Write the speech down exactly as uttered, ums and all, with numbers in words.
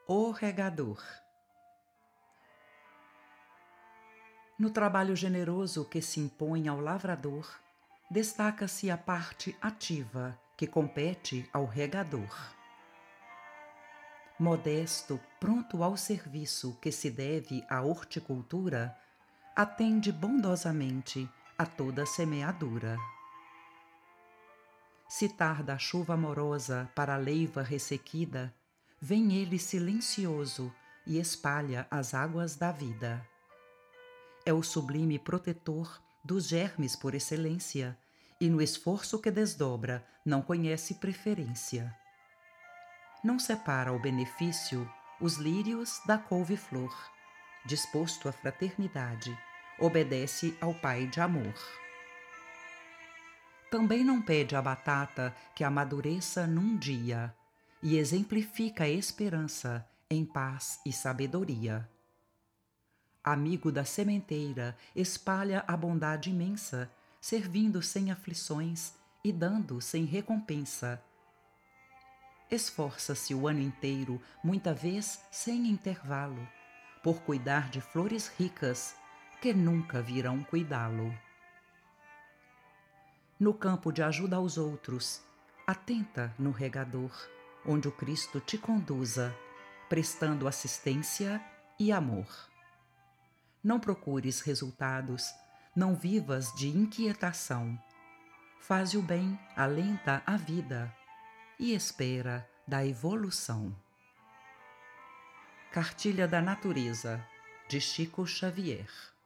O regador. No trabalho generoso que se impõe ao lavrador, destaca-se a parte ativa que compete ao regador. Modesto, pronto ao serviço que se deve à horticultura, atende bondosamente a toda semeadura. Se tarda a chuva amorosa para a leiva ressequida, vem ele silencioso e espalha as águas da vida. É o sublime protetor dos germes por excelência, e no esforço que desdobra não conhece preferência. Não separa o benefício os lírios da couve-flor, disposto à fraternidade, obedece ao Pai de amor. Também não pede a batata que amadureça num dia, e exemplifica a esperança em paz e sabedoria. Amigo da sementeira, espalha a bondade imensa, servindo sem aflições e dando sem recompensa. Esforça-se o ano inteiro, muita vez sem intervalo, por cuidar de flores ricas que nunca virão cuidá-lo. No campo de ajuda aos outros, atenta no regador, onde o Cristo te conduza, prestando assistência e amor. Não procures resultados, não vivas de inquietação. Faze o bem, alenta a vida e espera da evolução. Cartilha da Natureza, de Chico Xavier.